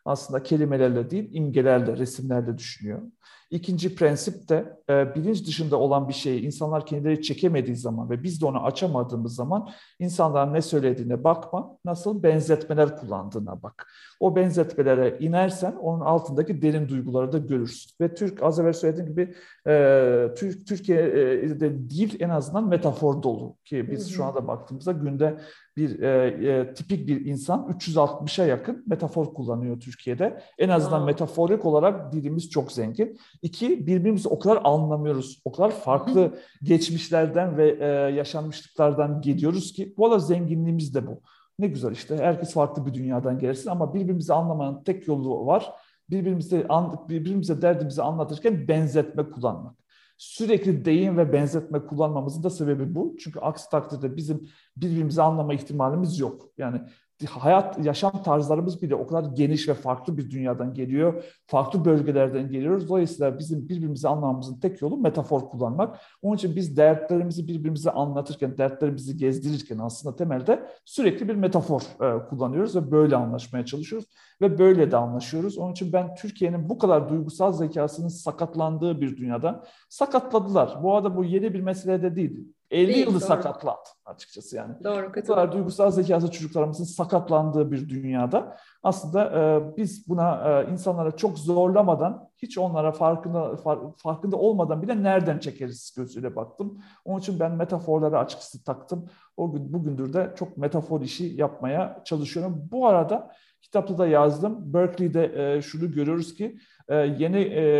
aslında kelimelerle değil, imgelerle, resimlerle düşünüyor. İkinci prensip de e, bilinç dışında olan bir şeyi insanlar kendileri çekemediği zaman ve biz de onu açamadığımız zaman insanların ne söylediğine bakma, nasıl benzetmeler kullandığına bak. O benzetmelere inersen onun altındaki derin duyguları da görürsün. Ve Türk, az evvel söylediğim gibi e, Türk, Türkiye'de dil en azından metafor dolu. Ki biz şu anda baktığımızda günde bir e, e, tipik bir insan üç yüz altmışa yakın metafor kullanıyor Türkiye'de. En azından wow. Metaforik olarak dilimiz çok zengin. İki, birbirimizi o kadar anlamıyoruz. O kadar farklı geçmişlerden ve e, yaşanmışlıklardan geliyoruz ki bu arada zenginliğimiz de bu. Ne güzel işte herkes farklı bir dünyadan gelirsin ama birbirimizi anlamanın tek yolu var. Birbirimize, birbirimize derdimizi anlatırken benzetme kullanmak. Sürekli deyim ve benzetme kullanmamızın da sebebi bu. Çünkü aksi takdirde bizim birbirimizi anlama ihtimalimiz yok. Yani hayat, yaşam tarzlarımız bile o kadar geniş ve farklı bir dünyadan geliyor. Farklı bölgelerden geliyoruz. Dolayısıyla bizim birbirimizi anlamamızın tek yolu metafor kullanmak. Onun için biz dertlerimizi birbirimize anlatırken, dertlerimizi gezdirirken aslında temelde sürekli bir metafor e, kullanıyoruz ve böyle anlaşmaya çalışıyoruz. Ve böyle de anlaşıyoruz. Onun için ben Türkiye'nin bu kadar duygusal zekasının sakatlandığı bir dünyada sakatladılar. Bu arada bu yeni bir mesele de değil. elli yılı sakatlandı açıkçası yani. Doğru, bu kadar duygusal zekası çocuklarımızın sakatlandığı bir dünyada aslında e, biz buna e, insanlara çok zorlamadan, hiç onlara farkında far, farkında olmadan bile nereden çekeriz gözüyle baktım. Onun için ben metaforlara açıkçası taktım. O gün bugündür de çok metafor işi yapmaya çalışıyorum. Bu arada kitapta da yazdım. Berkeley'de e, şunu görüyoruz ki e, yeni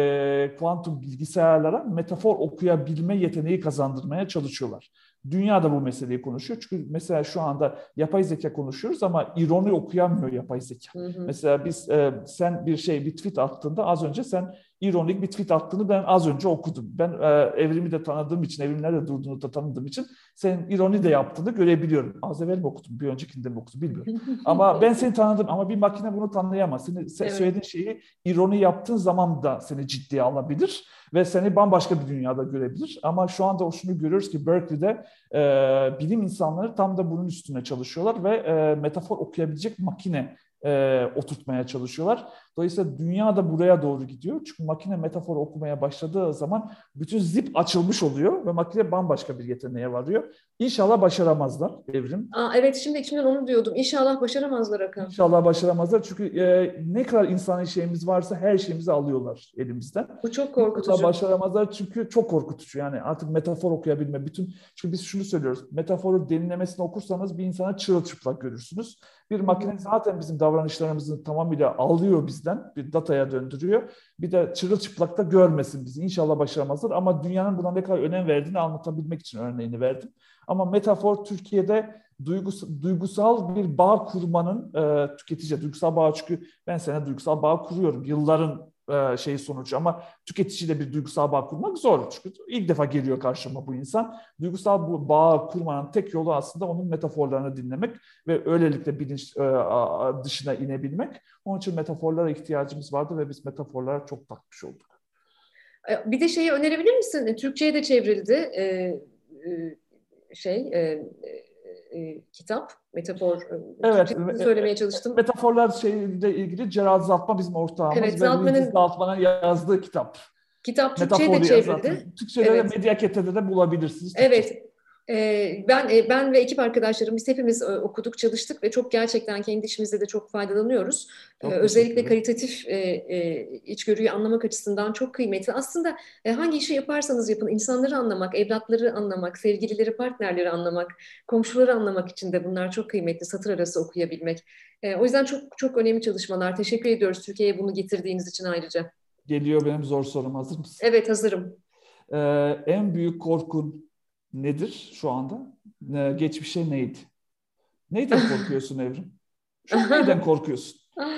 e, kuantum bilgisayarlara metafor okuyabilme yeteneği kazandırmaya çalışıyorlar. Dünya da bu meseleyi konuşuyor. Çünkü mesela şu anda yapay zeka konuşuyoruz ama ironi okuyamıyor yapay zeka. Hı hı. Mesela biz e, sen bir şey bir tweet attığında az önce sen ironik bir tweet attığını ben az önce okudum. Ben e, evrimi de tanıdığım için, evrim nerede durduğunu da tanıdığım için senin ironi de yaptığını görebiliyorum. Az evvel mi okudum, bir öncekinde mi okudum bilmiyorum. Ama ben seni tanıdım ama bir makine bunu tanıyamaz. Senin evet. söylediğin şeyi ironi yaptığın zaman da seni ciddiye alabilir ve seni bambaşka bir dünyada görebilir. Ama şu anda şunu görüyoruz ki Berkeley'de e, bilim insanları tam da bunun üstüne çalışıyorlar ve e, metafor okuyabilecek makine e, oturtmaya çalışıyorlar. Dolayısıyla dünya da buraya doğru gidiyor. Çünkü makine metafor okumaya başladığı zaman bütün zip açılmış oluyor ve makine bambaşka bir yeteneğe varıyor. İnşallah başaramazlar evrim. Aa, evet şimdi içimden onu diyordum. İnşallah başaramazlar Hakan. İnşallah başaramazlar. Çünkü e, ne kadar insani şeyimiz varsa her şeyimizi alıyorlar elimizden. Bu çok korkutucu. İnşallah başaramazlar çünkü çok korkutucu. Yani artık metafor okuyabilme. Bütün, çünkü biz şunu söylüyoruz. Metaforu derinlemesine okursanız bir insana çırılçıplak görürsünüz. Bir makine zaten bizim davranışlarımızı tamamıyla alıyor bizden. Bir dataya döndürüyor. Bir de çırılçıplak da görmesin bizi. İnşallah başaramazlar. Ama dünyanın buna ne kadar önem verdiğini anlatabilmek için örneğini verdim. Ama metafor Türkiye'de duygusal, duygusal bir bağ kurmanın e, tüketici, duygusal bağ çünkü ben sana duygusal bağ kuruyorum. Yılların e, şeyi sonucu ama tüketiciyle bir duygusal bağ kurmak zor. Çünkü ilk defa geliyor karşıma bu insan. Duygusal bu bağ kurmanın tek yolu aslında onun metaforlarını dinlemek ve öylelikle bilinç e, dışına inebilmek. Onun için metaforlara ihtiyacımız vardı ve biz metaforlara çok takmış olduk. Bir de şeyi önerebilir misin? Türkçe'ye de çevrildi. Ee, e, şey e, e, kitap, metafor, evet, Türkçe'de söylemeye çalıştım. Metaforlar şeyle ilgili Celal Zaltman bizim ortağımız evet, ve Zaltman'ın Zaltman'ın yazdığı kitap. Kitap Türkçe'ye de çevrildi. Türkçe'de evet. de Medyaket'te de bulabilirsiniz. Türkçe. Evet. Ee, ben ben ve ekip arkadaşlarım biz hepimiz e, okuduk, çalıştık ve çok gerçekten kendi işimizde de çok faydalanıyoruz. Ee, özellikle kalitatif e, e, içgörüyü anlamak açısından çok kıymetli. Aslında e, hangi işi yaparsanız yapın, insanları anlamak, evlatları anlamak, sevgilileri, partnerleri anlamak, komşuları anlamak için de bunlar çok kıymetli. Satır arası okuyabilmek. E, o yüzden çok çok önemli çalışmalar. Teşekkür ediyoruz Türkiye'ye bunu getirdiğiniz için ayrıca. Geliyor benim zor sorum. Hazır mısın? Evet, hazırım. Ee, en büyük korkun nedir şu anda? Ee, geçmişe neydi? Neyden korkuyorsun Evrim? Şu an neyden korkuyorsun?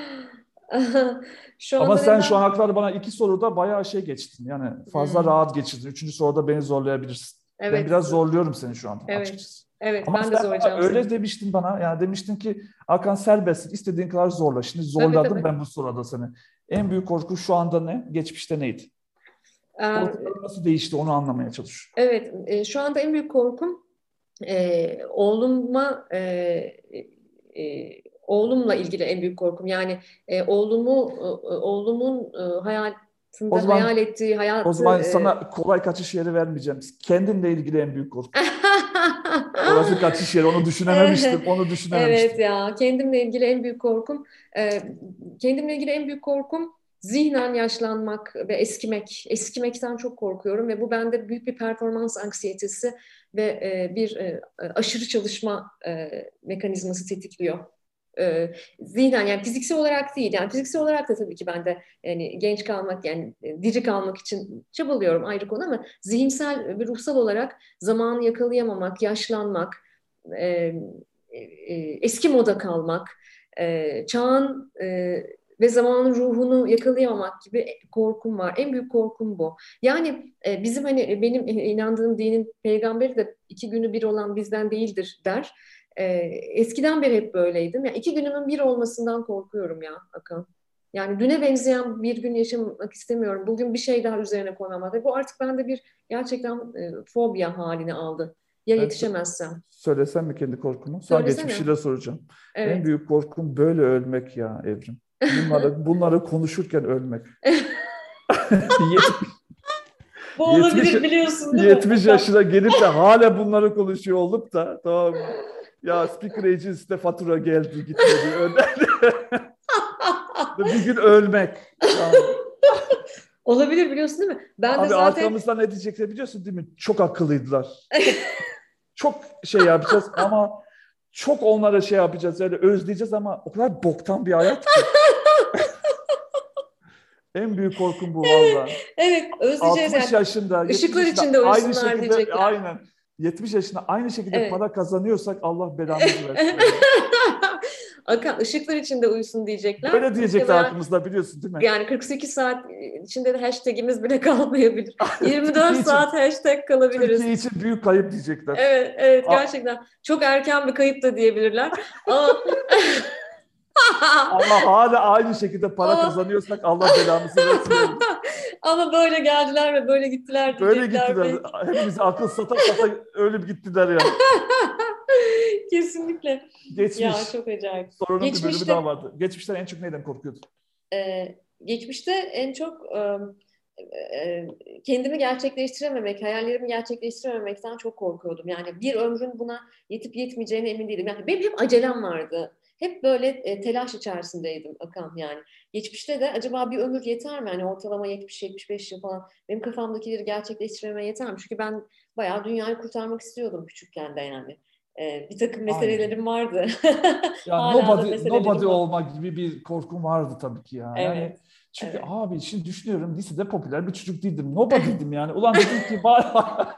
şu Ama sen neden... şu ana kadar bana iki soruda bayağı şey geçtin. Yani fazla hmm. rahat geçirdin. Üçüncü soruda beni zorlayabilirsin. Evet. Ben biraz zorluyorum seni şu anda evet. açıkçası. Evet, Ama ben de zorlayacağım öyle seni. demiştin bana. Yani demiştin ki Hakan serbestsin. İstediğin kadar zorla. Şimdi zorladım tabii, tabii. ben bu soruda seni. En büyük korku şu anda ne? Geçmişte neydi? Korkularım nasıl değişti onu anlamaya çalışıyorum. Evet, e, şu anda en büyük korkum e, oğluma e, e, oğlumla ilgili en büyük korkum. Yani e, oğlumu e, oğlumun e, O hayatında hayal zaman ettiği o hayatı zaman e, sana kolay kaçış yeri vermeyeceğim. Kendinle ilgili en büyük korku. Orası kaçış yeri. Onu düşünememiştim. Onu Evet düşünememiştim. ya, kendimle ilgili en büyük korkum, e, kendimle ilgili en büyük korkum zihnen yaşlanmak ve eskimek. Eskimekten çok korkuyorum ve bu bende büyük bir performans anksiyetesi ve e, bir e, aşırı çalışma e, mekanizması tetikliyor. E, Zihnen, yani fiziksel olarak değil, yani fiziksel olarak da tabii ki ben de yani genç kalmak, yani e, diri kalmak için çabalıyorum, ayrı konu, ama zihinsel ve ruhsal olarak zamanı yakalayamamak, yaşlanmak, e, e, eski moda kalmak, e, çağın e, ve zamanın ruhunu yakalayamamak gibi korkum var. En büyük korkum bu. Yani e, bizim hani benim inandığım dinin peygamberi de iki günü bir olan bizden değildir der. E, eskiden beri hep böyleydim. Yani iki günümün bir olmasından korkuyorum ya Akan. Yani düne benzeyen bir gün yaşamak istemiyorum. Bugün bir şey daha üzerine koymamak. Ve bu artık bende bir gerçekten e, fobya halini aldı. Ya Ben sö- yetişemezsem. söylesem mi kendi korkumu? Sonra Söylesene. geçmişiyle soracağım. En Evet. büyük korkum böyle ölmek ya Evrim. Bunları bunları konuşurken ölmek. Yetmiş, Bu yetmiş, olabilir, biliyorsun değil mi yetmiş Okan? yaşına gelip de hala bunları konuşuyor olup da tamam mı? Ya speaker agency'de fatura geldi gitmedi. Öyle. Bir gün ölmek. Tamam mı? Olabilir, biliyorsun değil mi? Ben de Abi zaten arkamızdan ne diyecekler biliyorsun değil mi? Çok akıllıydılar. Çok çok şey yapacağız ama çok onlara şey yapacağız. Öyle özleyeceğiz ama o kadar boktan bir hayat ki. En büyük korkum bu valla. evet, özleyeceğiz altmış yani. yaşında, yetmiş Işıklar yaşında içinde aynı uyusunlar şekilde diyecekler. aynen yetmiş yaşında aynı şekilde Evet. para kazanıyorsak Allah belamızı versin ya. Akan ışıklar içinde uyusun diyecekler. Böyle diyecekler Muhtemelen hakkımızda biliyorsun değil mi? yani kırk sekiz saat içinde de hashtagimiz bile kalmayabilir. yirmi dört Türkiye için saat hashtag kalabiliriz. Türkiye için büyük kayıp diyecekler. Evet, evet, A- gerçekten. Çok erken bir kayıp da diyebilirler. Ama Ama hala aynı şekilde para ama kazanıyorsak Allah belamızı versin Evrim. ama böyle geldiler ve böyle gittiler Böyle diyecekler gittiler. belki. Hepimize akıl sata sata ölüp gittiler ya. Kesinlikle. Ya Geçmiş. çok acayip. Sorunun bir bölümü daha Geçmişte vardı. Geçmişten en çok neyden korkuyordun? e, geçmişte en çok e, e, kendimi gerçekleştirememek, hayallerimi gerçekleştirememekten çok korkuyordum. Yani bir ömrün buna yetip yetmeyeceğine emin değilim. Yani benim hep acelem vardı. Hep böyle e, telaş içerisindeydim Akan yani. Geçmişte de acaba bir ömür yeter mi? Hani ortalama yetmiş yetmiş beş yıl falan. Benim kafamdakileri gerçekleştirmeme yeter mi? Çünkü ben bayağı dünyayı kurtarmak istiyordum küçükken de yani. E, bir takım Aynen. meselelerim vardı. Yani Hala da nobody, nobody meselelerim var. olma gibi bir korkum vardı tabii ki ya. Yani Evet, çünkü evet. abi şimdi düşünüyorum lisede popüler bir çocuk değildim. Nobody'dim yani. Ulan dedim ki bari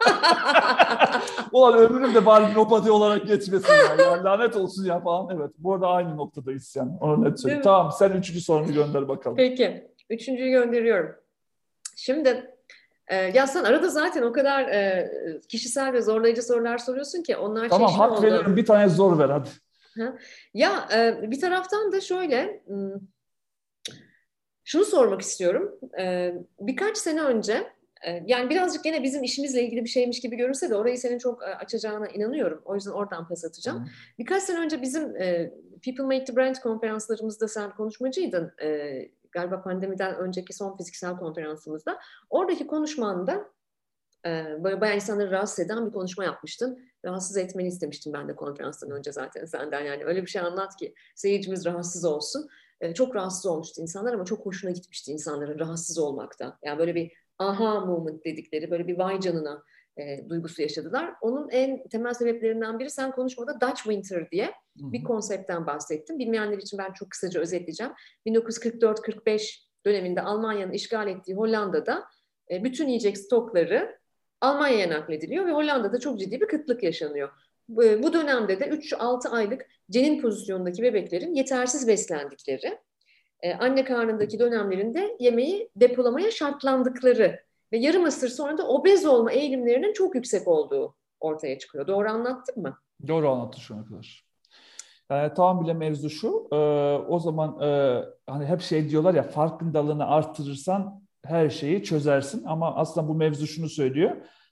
ulan ömrüm de bari nobody olarak geçmesin ya. Ya lanet olsun ya falan. Evet. Bu arada aynı noktadayız yani. Onu net Değil söyleyeyim. mi? Tamam sen üçüncü sorunu gönder bakalım. Peki. Üçüncüyü gönderiyorum. Şimdi e, ya sen arada zaten o kadar e, kişisel ve zorlayıcı sorular soruyorsun ki onlar Tamam çeşni hak veriyorum. oldu. Bir tane zor ver hadi. Ha? Ya e, bir taraftan da şöyle hmm, şunu sormak istiyorum. E, birkaç sene önce e, yani birazcık gene bizim işimizle ilgili bir şeymiş gibi görünse de orayı senin çok e, açacağına inanıyorum. O yüzden oradan pas atacağım. Tamam. Birkaç sene önce bizim e, People Make the Brand konferanslarımızda sen konuşmacıydın. E, galiba pandemiden önceki son fiziksel konferansımızda. Oradaki konuşmanda e, böyle bayağı insanları rahatsız eden bir konuşma yapmıştın. Rahatsız etmeni istemiştim ben de konferanstan önce zaten senden. Yani öyle bir şey anlat ki seyircimiz rahatsız olsun. E, çok rahatsız olmuştu insanlar ama çok hoşuna gitmişti insanların rahatsız olmakta. Yani böyle bir aha moment dedikleri, böyle bir vay canına e, duygusu yaşadılar. Onun en temel sebeplerinden biri, sen konuşmada Dutch Winter diye Hı hı. bir konseptten bahsettim. Bilmeyenler için ben çok kısaca özetleyeceğim. bin dokuz yüz kırk dört kırk beş döneminde Almanya'nın işgal ettiği Hollanda'da e, bütün yiyecek stokları Almanya'ya naklediliyor ve Hollanda'da çok ciddi bir kıtlık yaşanıyor. Bu dönemde de üç altı aylık cenin pozisyonundaki bebeklerin yetersiz beslendikleri, e, anne karnındaki dönemlerinde yemeği depolamaya şartlandıkları ve yarım asır sonra da obez olma eğilimlerinin çok yüksek olduğu ortaya çıkıyor. Doğru anlattım mı? Doğru anlattın şu ana kadar. Yani tamam bile mevzu şu. E, o zaman e, hani hep şey diyorlar ya farkındalığını arttırırsan her şeyi çözersin. Ama aslında bu mevzu şunu söylüyor.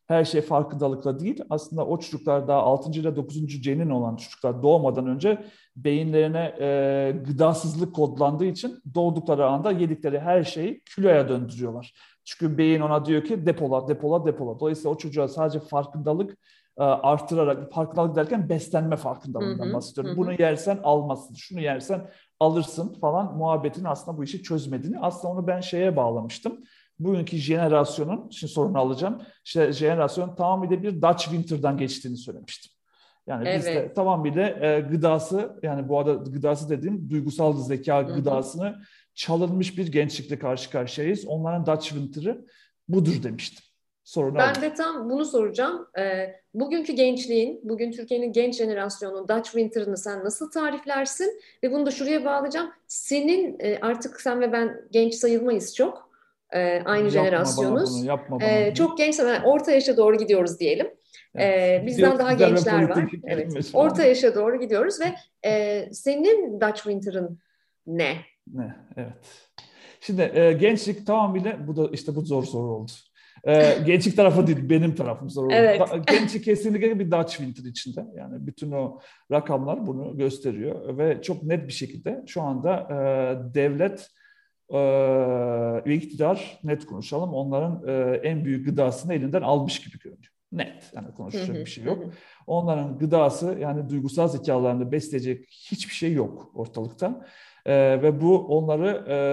her şey farkındalıkla değil. Aslında o çocuklar daha altıncı ile dokuzuncu cenin olan çocuklar doğmadan önce beyinlerine e, gıdasızlık kodlandığı için doğdukları anda yedikleri her şeyi kiloya döndürüyorlar. Çünkü beyin ona diyor ki depola, depola, depola. Dolayısıyla o çocuğa sadece farkındalık e, artırarak, farkındalık derken beslenme farkındalığından Hı bahsediyorum. hı. Bunu yersen almazsın, şunu yersen alırsın falan muhabbetini aslında bu işi çözmediğini. Aslında onu ben şeye bağlamıştım. Bugünkü jenerasyonun, şimdi sorunu alacağım, işte jenerasyonun tamamıyla bir Dutch Winter'dan geçtiğini söylemiştim. Yani bizde Evet. tamamıyla e, gıdası, yani bu arada gıdası dediğim duygusal zeka Hı hı. gıdasını çalınmış bir gençlikle karşı karşıyayız. Onların Dutch Winter'ı budur demiştim. Sorunu Ben alır. de tam bunu soracağım. Ee, bugünkü gençliğin, bugün Türkiye'nin genç jenerasyonunun Dutch Winter'ını sen nasıl tariflersin? Ve bunu da şuraya bağlayacağım. Senin e, artık sen ve ben genç sayılmayız çok. Ee, aynı Yapma bana bunu, jenerasyonuz. yapma bana Ee, bunu. çok genç, yani orta yaşa doğru gidiyoruz diyelim. Evet. Ee, bizden Gidiyoruz daha güzel ve gençler var. politik Evet. kelime şu Orta an. yaşa doğru gidiyoruz ve e, senin Dutch Winter'ın ne? Ne? Evet. Şimdi e, gençlik tamamıyla, bu da işte bu zor soru oldu. E, gençlik tarafı değil, benim tarafım zor oldu. Evet. Da, gençlik kesinlikle bir Dutch Winter içinde. Yani bütün o rakamlar bunu gösteriyor ve çok net bir şekilde şu anda e, devlet e, ve iktidar, net konuşalım, onların e, en büyük gıdasını elinden almış gibi görünüyor. Net, yani Hı konuşacak bir hı, şey hı yok. hı. Onların gıdası, yani duygusal zekalarını besleyecek hiçbir şey yok ortalıkta. Ee, ve bu onları e,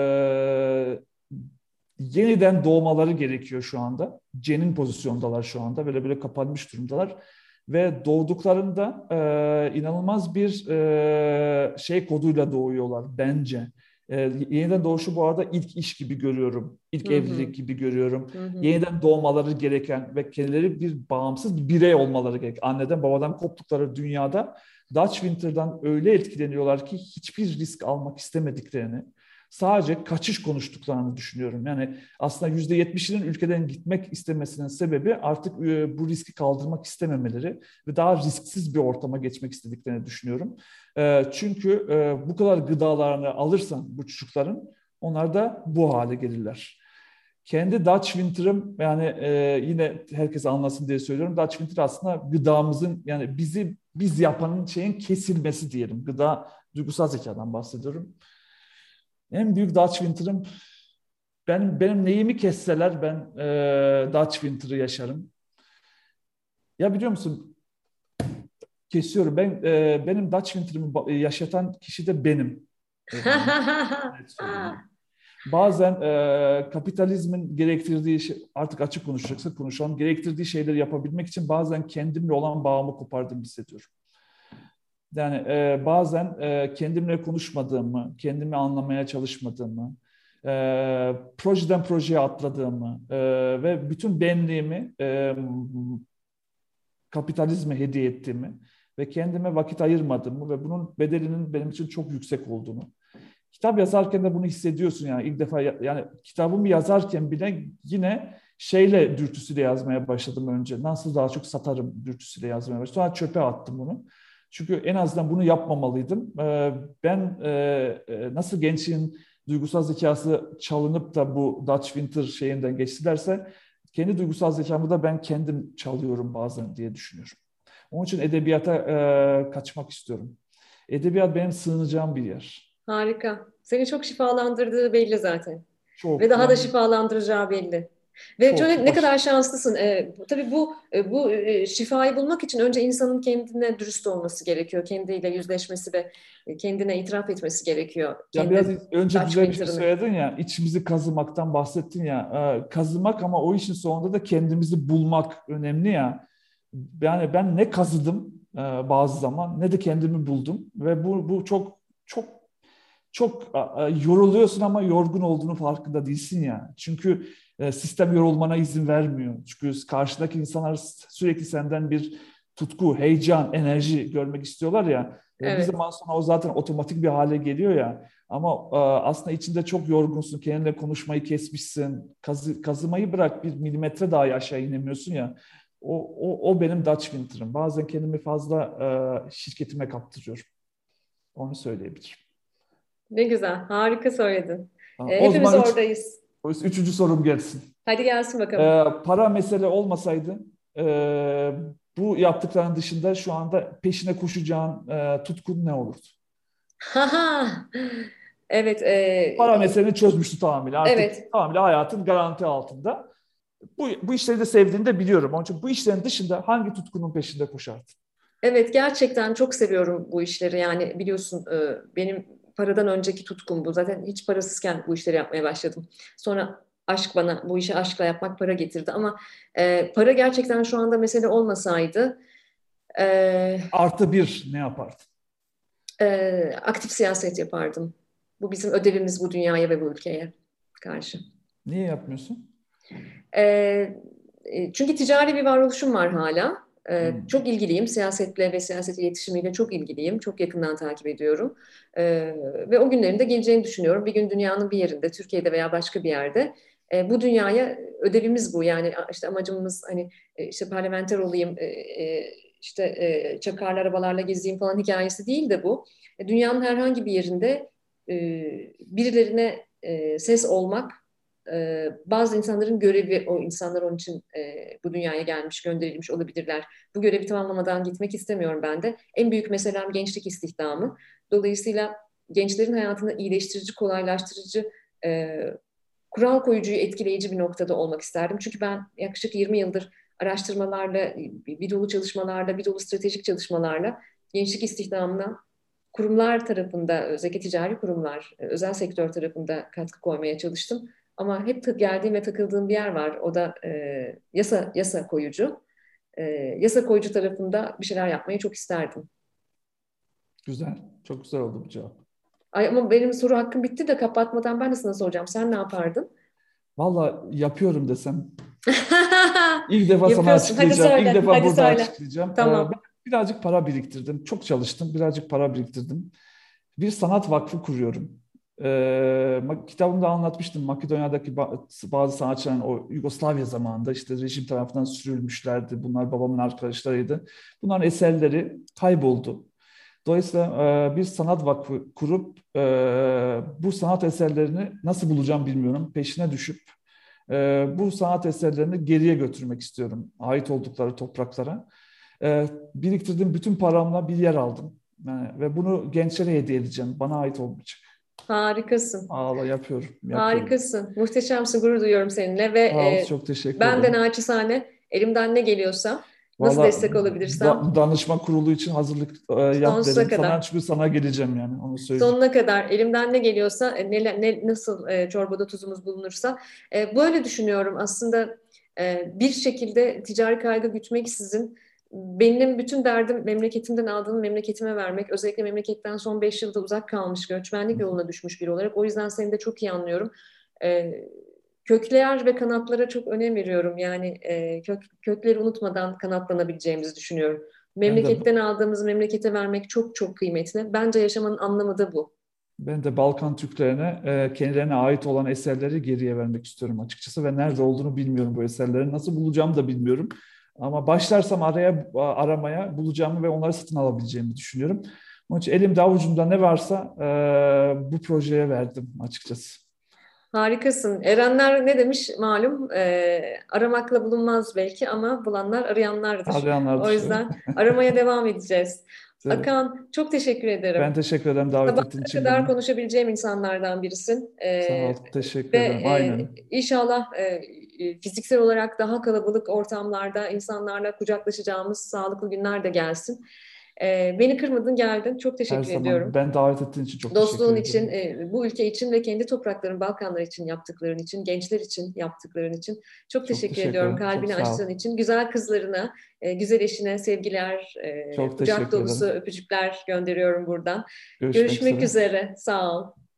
yeniden doğmaları gerekiyor şu anda. Cenin pozisyondalar şu anda. Böyle böyle kapanmış durumdalar. Ve doğduklarında e, inanılmaz bir e, şey koduyla doğuyorlar bence. E, yeniden doğuşu bu arada ilk iş gibi görüyorum. İlk Hı hı, evlilik gibi görüyorum. hı hı. Yeniden doğmaları gereken ve kendileri bir bağımsız bir birey olmaları gerek. Anneden babadan koptukları dünyada Dutch Winter'dan öyle etkileniyorlar ki hiçbir risk almak istemediklerini, sadece kaçış konuştuklarını düşünüyorum. Yani aslında yüzde yetmişinin ülkeden gitmek istemesinin sebebi artık e, bu riski kaldırmak istememeleri ve daha risksiz bir ortama geçmek istediklerini düşünüyorum. E, çünkü e, bu kadar gıdalarını alırsan bu çocukların, onlar da bu hale gelirler. Kendi Dutch Winter'ım, yani e, yine herkes anlasın diye söylüyorum. Dutch Winter aslında gıdamızın, yani bizi biz yapanın şeyin kesilmesi diyelim. Gıda, duygusal zekadan bahsediyorum. En büyük Dutch Winter'ım, benim, benim neyimi kesseler ben e, Dutch Winter'ı yaşarım. Ya biliyor musun? Kesiyorum. Ben e, benim Dutch Winter'ımı yaşatan kişi de benim. E, bunu net söyleyeyim. Bazen e, kapitalizmin gerektirdiği şey, artık açık konuşacaksak konuşalım, gerektirdiği şeyleri yapabilmek için bazen kendimle olan bağımı kopardığımı hissediyorum. Yani e, bazen e, kendimle konuşmadığımı, kendimi anlamaya çalışmadığımı, e, projeden projeye atladığımı e, ve bütün benliğimi e, kapitalizme hediye ettiğimi ve kendime vakit ayırmadığımı ve bunun bedelinin benim için çok yüksek olduğunu. Kitap yazarken de bunu hissediyorsun, yani ilk defa, yani kitabımı yazarken bile yine şeyle, dürtüsüyle yazmaya başladım önce. Nasıl daha çok satarım dürtüsüyle yazmaya başladım. Sonra çöpe attım bunu. Çünkü en azından bunu yapmamalıydım. Ben nasıl gençliğin duygusal zekası çalınıp da bu Dutch Winter şeyinden geçtilerse, kendi duygusal zekamı da ben kendim çalıyorum bazen diye düşünüyorum. Onun için edebiyata kaçmak istiyorum. Edebiyat benim sığınacağım bir yer. Harika. Seni çok şifalandırdığı belli zaten. Ve Çok, daha da yani şifalandıracağı belli. Ve çok, çok ne baş. kadar şanslısın. Ee, tabii bu e, bu e, şifayı bulmak için önce insanın kendine dürüst olması gerekiyor. Kendiyle yüzleşmesi ve e, kendine itiraf etmesi gerekiyor. Ya biraz Kendi önce Dutch güzel bir şey Winter'ını. söyledin ya, içimizi kazımaktan bahsettin ya. Ee, kazımak, ama o işin sonunda da kendimizi bulmak önemli ya. Yani ben ne kazıdım e, bazı zaman, ne de kendimi buldum ve bu bu çok çok çok a, a, yoruluyorsun ama yorgun olduğunu farkında değilsin ya. Çünkü e, sistem yorulmana izin vermiyor. Çünkü karşıdaki insanlar sürekli senden bir tutku, heyecan, enerji görmek istiyorlar ya. Ve bir Evet. zaman sonra o zaten otomatik bir hale geliyor ya. Ama e, aslında içinde çok yorgunsun, kendine konuşmayı kesmişsin. Kazı, kazımayı bırak, bir milimetre daha aşağı inemiyorsun ya. O, o, o benim Dutch Winter'ım. Bazen kendimi fazla e, şirketime kaptırıyorum. Onu söyleyebilirim. Ne güzel. Harika söyledin. Aa, E, o hepimiz zaman üç, oradayız. üçüncü sorum gelsin. Hadi gelsin bakalım. Ee, para mesele olmasaydı, Ee, Bu yaptıkların dışında şu anda peşine koşacağın e, tutkun ne olurdu? Haha. Evet, e, Para meseleni çözmüştü tamamıyla. Artık evet. tamamıyla hayatın garanti altında. Bu, bu işleri de sevdiğini de biliyorum. Onun için bu işlerin dışında hangi tutkunun peşinde koşardın? Evet, gerçekten çok seviyorum bu işleri. Yani biliyorsun, e, benim paradan önceki tutkum bu. Zaten hiç parasızken bu işleri yapmaya başladım. Sonra aşk bana bu işi aşkla yapmak para getirdi. Ama e, para gerçekten şu anda mesele olmasaydı e, Artı bir ne yapardın? e, aktif siyaset yapardım. Bu bizim ödevimiz bu dünyaya ve bu ülkeye karşı. Niye yapmıyorsun? E, e, Çünkü ticari bir varoluşum var hala. E, Hmm. çok ilgiliyim siyasetle ve siyaset iletişimiyle çok ilgiliyim. Çok yakından takip ediyorum. E, Ve o günlerin de geleceğini düşünüyorum. Bir gün dünyanın bir yerinde, Türkiye'de veya başka bir yerde e, bu dünyaya ödevimiz bu. Yani işte amacımız hani e, işte parlamenter olayım, e, e, işte e, çakarlı arabalarla gezeyim falan hikayesi değil de bu. E, dünyanın herhangi bir yerinde e, birilerine e, ses olmak, e, bazı insanların görevi, o insanlar onun için e, bu dünyaya gelmiş, gönderilmiş olabilirler. Bu görevi tamamlamadan gitmek istemiyorum ben de. En büyük meselem gençlik istihdamı. Dolayısıyla gençlerin hayatını iyileştirici, kolaylaştırıcı, e, kural koyucuyu etkileyici bir noktada olmak isterdim. Çünkü ben yaklaşık yirmi yıldır araştırmalarla, bir dolu çalışmalarla, bir dolu stratejik çalışmalarla gençlik istihdamına kurumlar tarafında, özellikle ticari kurumlar, özel sektör tarafında katkı koymaya çalıştım. Ama hep geldiğim ve takıldığım bir yer var. O da e, yasa yasa koyucu. E, Yasa koyucu tarafında bir şeyler yapmayı çok isterdim. Güzel. Çok güzel oldu bu cevap. Ay, ama benim soru hakkım bitti de kapatmadan ben de sana soracağım. Sen ne yapardın? Valla yapıyorum desem. İlk defa sana Yapıyorsun. Hadi açıklayacağım. İlk söyle. defa Hadi burada söyle. açıklayacağım. Ee, ben Tamam. birazcık para biriktirdim. Çok çalıştım. Birazcık para biriktirdim. Bir sanat vakfı kuruyorum. Ee, kitabımda anlatmıştım. Makedonya'daki bazı sanatçıların o Yugoslavya zamanında işte rejim tarafından sürülmüşlerdi. Bunlar babamın arkadaşlarıydı. Bunların eserleri kayboldu. Dolayısıyla e, bir sanat vakfı kurup e, bu sanat eserlerini nasıl bulacağım bilmiyorum. Peşine düşüp e, bu sanat eserlerini geriye götürmek istiyorum. Ait oldukları topraklara. E, biriktirdiğim bütün paramla bir yer aldım. Yani, ve bunu gençlere hediye edeceğim. Bana ait olmayacak. Harikasın. Ağla yapıyorum, yapıyorum. Harikasın. Muhteşemsin. Gurur duyuyorum seninle ve Sağ ol, e, çok teşekkür ben de ederim. naçizane elimden ne geliyorsa, nasıl Valla destek olabilirsem da- danışma kurulu için hazırlık e, yap sonsuza dedim. Sana kadar. çünkü sana geleceğim yani onu söyleyeyim. Sonuna kadar elimden ne geliyorsa, e, ne, ne nasıl e, çorbada tuzumuz bulunursa, e, böyle düşünüyorum. Aslında e, bir şekilde ticari kaygı gütmeksizin benim bütün derdim memleketimden aldığım memleketime vermek. Özellikle memleketten son beş yılda uzak kalmış, göçmenlik yoluna düşmüş biri olarak. O yüzden seni de çok iyi anlıyorum. E, Kökler ve kanatlara çok önem veriyorum. Yani e, kök, kökleri unutmadan kanatlanabileceğimizi düşünüyorum. Ben de Memleketten aldığımız memlekete vermek çok çok kıymetli. Bence yaşamanın anlamı da bu. Ben de Balkan Türklerine e, kendilerine ait olan eserleri geriye vermek istiyorum açıkçası ve nerede olduğunu bilmiyorum bu eserlerin. Nasıl bulacağımı da bilmiyorum. Ama başlarsam araya aramaya bulacağımı ve onları satın alabileceğimi düşünüyorum. Onun için elimde avucumda ne varsa e, bu projeye verdim açıkçası. Harikasın. Erenler ne demiş malum? Ee, aramakla bulunmaz belki ama bulanlar arayanlardır. O Arayanlardır. Evet. yüzden aramaya devam edeceğiz. Evet. Akan, çok teşekkür Ben ederim. teşekkür ederim davet ettiğin Sabahlara için kadar beni. konuşabileceğim insanlardan birisin. Sağ Ee, ol. Teşekkür ve ederim. e, Aynen. inşallah e, e, fiziksel olarak daha kalabalık ortamlarda insanlarla kucaklaşacağımız sağlıklı günler de gelsin. Ee, beni kırmadın, geldin. Çok Her teşekkür zaman. ediyorum. Ben davet ettiğin için çok teşekkür Dostluğun için, ederim. e, bu ülke için ve kendi toprakların, Balkanlar için yaptıkların için, gençler için yaptıkların için çok Çok teşekkür teşekkür ediyorum. ederim. Çok Kalbini sağ ol. açtığın için. Güzel kızlarına, e, güzel eşine sevgiler, e, Çok kucak teşekkür dolusu ederim. öpücükler gönderiyorum buradan. Görüşmek Görüşmek üzere. üzere. Sağ ol.